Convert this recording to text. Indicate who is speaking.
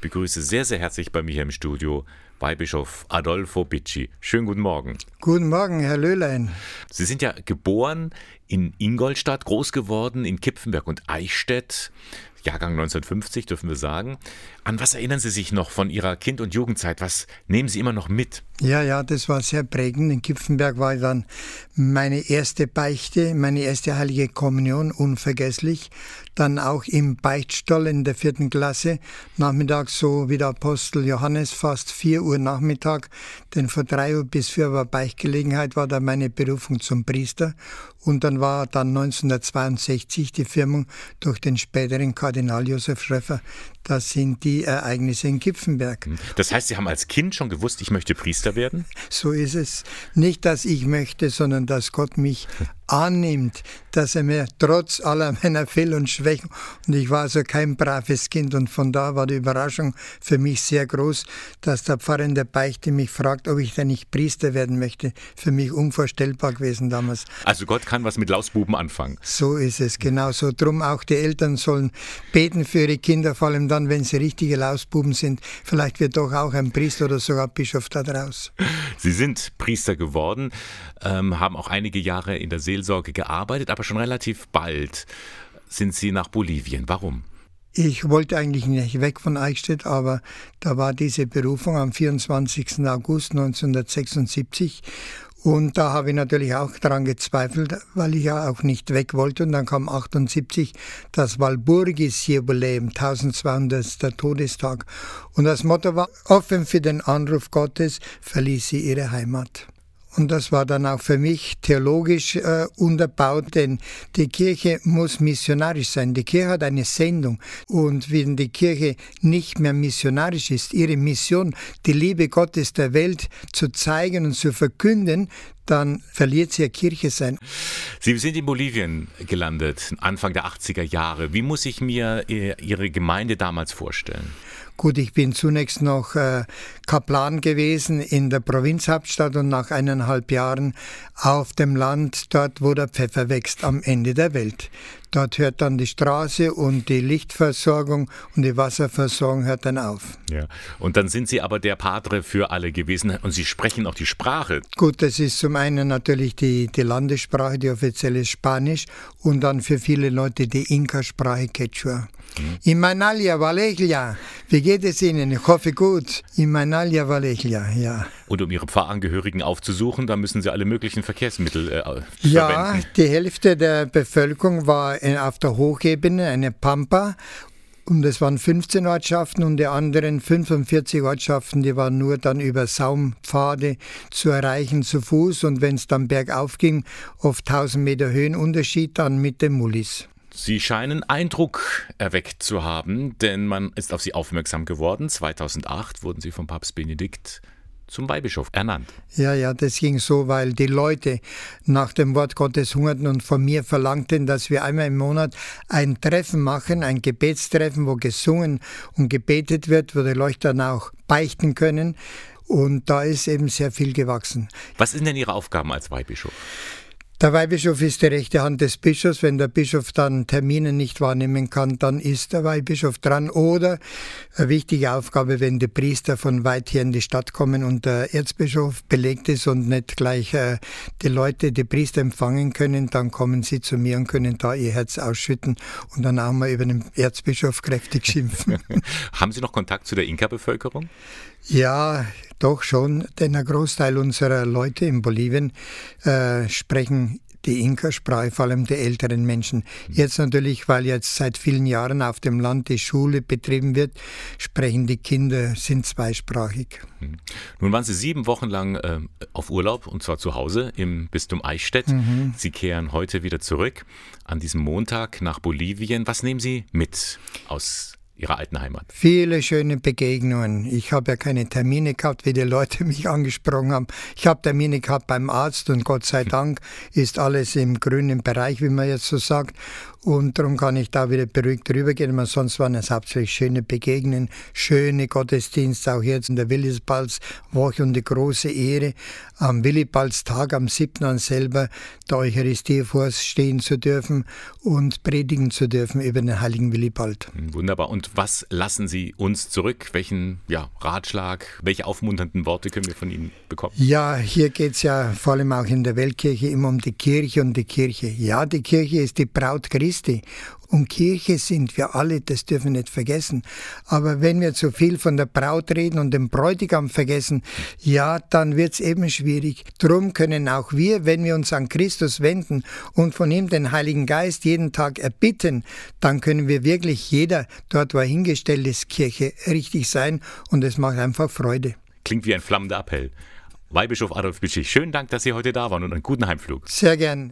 Speaker 1: begrüße sehr, sehr herzlich bei mir hier im Studio Weihbischof Adolfo Bicci. Schönen guten Morgen.
Speaker 2: Guten Morgen, Herr Löhlein.
Speaker 1: Sie sind ja geboren in Ingolstadt, groß geworden in Kipfenberg und Eichstätt. Jahrgang 1950, dürfen wir sagen. An was erinnern Sie sich noch von Ihrer Kind- und Jugendzeit? Was nehmen Sie immer noch mit?
Speaker 2: Ja, das war sehr prägend. In Kipfenberg war dann meine erste Beichte, meine erste heilige Kommunion, unvergesslich. Dann auch im Beichtstall in der 4. Klasse, nachmittags so wie der Apostel Johannes, fast 4 Uhr Nachmittag, denn von 3 Uhr bis 4 Uhr war Beichtgelegenheit, war dann meine Berufung zum Priester. Und dann war dann 1962 die Firmung durch den späteren Kardinal Josef Schröffer. Das sind die Ereignisse in Kipfenberg.
Speaker 1: Das heißt, Sie haben als Kind schon gewusst, ich möchte Priester werden?
Speaker 2: So ist es. Nicht, dass ich möchte, sondern dass Gott mich annimmt, dass er mir trotz aller meiner Fehler und Schwächen, und ich war also kein braves Kind, und von da war die Überraschung für mich sehr groß, dass der Pfarrer in der Beichte mich fragt, ob ich denn nicht Priester werden möchte. Für mich unvorstellbar gewesen damals.
Speaker 1: Also Gott kann was mit Lausbuben anfangen.
Speaker 2: So ist es, genau so. Drum auch die Eltern sollen beten für ihre Kinder, vor allem dann, wenn sie richtige Lausbuben sind. Vielleicht wird doch auch ein Priester oder sogar Bischof da draus.
Speaker 1: Sie sind Priester geworden, haben auch einige Jahre in der Seelsorge gearbeitet, aber schon relativ bald sind Sie nach Bolivien. Warum?
Speaker 2: Ich wollte eigentlich nicht weg von Eichstätt, aber da war diese Berufung am 24. August 1976 und da habe ich natürlich auch daran gezweifelt, weil ich ja auch nicht weg wollte. Und dann kam 78 das Walpurgis-Jubiläum, 1200. Todestag. Und das Motto war, offen für den Anruf Gottes verließ sie ihre Heimat. Und das war dann auch für mich theologisch unterbaut, denn die Kirche muss missionarisch sein. Die Kirche hat eine Sendung. Und wenn die Kirche nicht mehr missionarisch ist, ihre Mission, die Liebe Gottes der Welt zu zeigen und zu verkünden, dann verliert sie ihr Kirche sein.
Speaker 1: Sie sind in Bolivien gelandet, Anfang der 80er Jahre. Wie muss ich mir Ihre Gemeinde damals vorstellen?
Speaker 2: Gut, ich bin zunächst noch Kaplan gewesen in der Provinzhauptstadt und nach 1,5 Jahren auf dem Land, dort wo der Pfeffer wächst, am Ende der Welt. Dort hört dann die Straße und die Lichtversorgung und die Wasserversorgung hört dann auf.
Speaker 1: Ja. Und dann sind Sie aber der Padre für alle gewesen und Sie sprechen auch die Sprache.
Speaker 2: Gut, das ist zum einen natürlich die Landessprache, die offizielle Spanisch und dann für viele Leute die Inka-Sprache Quechua. Imanalya Valejla, wie geht es Ihnen? Ich hoffe gut. Imanalya Valejla, ja.
Speaker 1: Und um Ihre Pfarrangehörigen aufzusuchen, da müssen Sie alle möglichen Verkehrsmittel verwenden.
Speaker 2: Ja, die Hälfte der Bevölkerung war auf der Hochebene, eine Pampa. Und es waren 15 Ortschaften und die anderen 45 Ortschaften, die waren nur dann über Saumpfade zu erreichen zu Fuß. Und wenn es dann bergauf ging, oft 1000 Meter Höhenunterschied, dann mit den Mullis.
Speaker 1: Sie scheinen Eindruck erweckt zu haben, denn man ist auf Sie aufmerksam geworden. 2008 wurden Sie vom Papst Benedikt zum Weihbischof ernannt.
Speaker 2: Ja, das ging so, weil die Leute nach dem Wort Gottes hungerten und von mir verlangten, dass wir einmal im Monat ein Treffen machen, ein Gebetstreffen, wo gesungen und gebetet wird, wo die Leute dann auch beichten können. Und da ist eben sehr viel gewachsen.
Speaker 1: Was sind denn Ihre Aufgaben als Weihbischof?
Speaker 2: Der Weihbischof ist die rechte Hand des Bischofs. Wenn der Bischof dann Termine nicht wahrnehmen kann, dann ist der Weihbischof dran. Oder eine wichtige Aufgabe, wenn die Priester von weit her in die Stadt kommen und der Erzbischof belegt ist und nicht gleich die Leute, die Priester empfangen können, dann kommen sie zu mir und können da ihr Herz ausschütten und dann auch mal über den Erzbischof kräftig schimpfen.
Speaker 1: Haben Sie noch Kontakt zu der Inka-Bevölkerung?
Speaker 2: Ja, doch schon, denn ein Großteil unserer Leute in Bolivien sprechen die Inka-Sprache, vor allem die älteren Menschen. Jetzt natürlich, weil jetzt seit vielen Jahren auf dem Land die Schule betrieben wird, sprechen die Kinder, sind zweisprachig.
Speaker 1: Nun waren Sie 7 Wochen lang auf Urlaub, und zwar zu Hause im Bistum Eichstätt. Sie kehren heute wieder zurück, an diesem Montag nach Bolivien. Was nehmen Sie mit aus Ihrer alten Heimat?
Speaker 2: Viele schöne Begegnungen. Ich habe ja keine Termine gehabt, wie die Leute mich angesprochen haben. Ich habe Termine gehabt beim Arzt und Gott sei Dank ist alles im grünen Bereich, wie man jetzt so sagt. Und darum kann ich da wieder beruhigt rübergehen. Aber sonst waren es hauptsächlich schöne Begegnungen, schöne Gottesdienste, auch jetzt in der Willibaldwoche und die große Ehre, am Willibaldstag, am 7. an selber der Eucharistie vorstehen zu dürfen und predigen zu dürfen über den heiligen Willibald.
Speaker 1: Wunderbar. Und Und was lassen Sie uns zurück? Welchen Ratschlag, welche aufmunternden Worte können wir von Ihnen bekommen?
Speaker 2: Ja, hier geht es ja vor allem auch in der Weltkirche immer um die Kirche und die Kirche. Ja, die Kirche ist die Braut Christi. Und Kirche sind wir alle, das dürfen wir nicht vergessen. Aber wenn wir zu viel von der Braut reden und den Bräutigam vergessen, ja, dann wird es eben schwierig. Drum können auch wir, wenn wir uns an Christus wenden und von ihm den Heiligen Geist jeden Tag erbitten, dann können wir wirklich jeder, dort wo er hingestellt ist, Kirche richtig sein und es macht einfach Freude.
Speaker 1: Klingt wie ein flammender Appell. Weihbischof Adolf Bitschig, schönen Dank, dass Sie heute da waren und einen guten Heimflug.
Speaker 2: Sehr gern.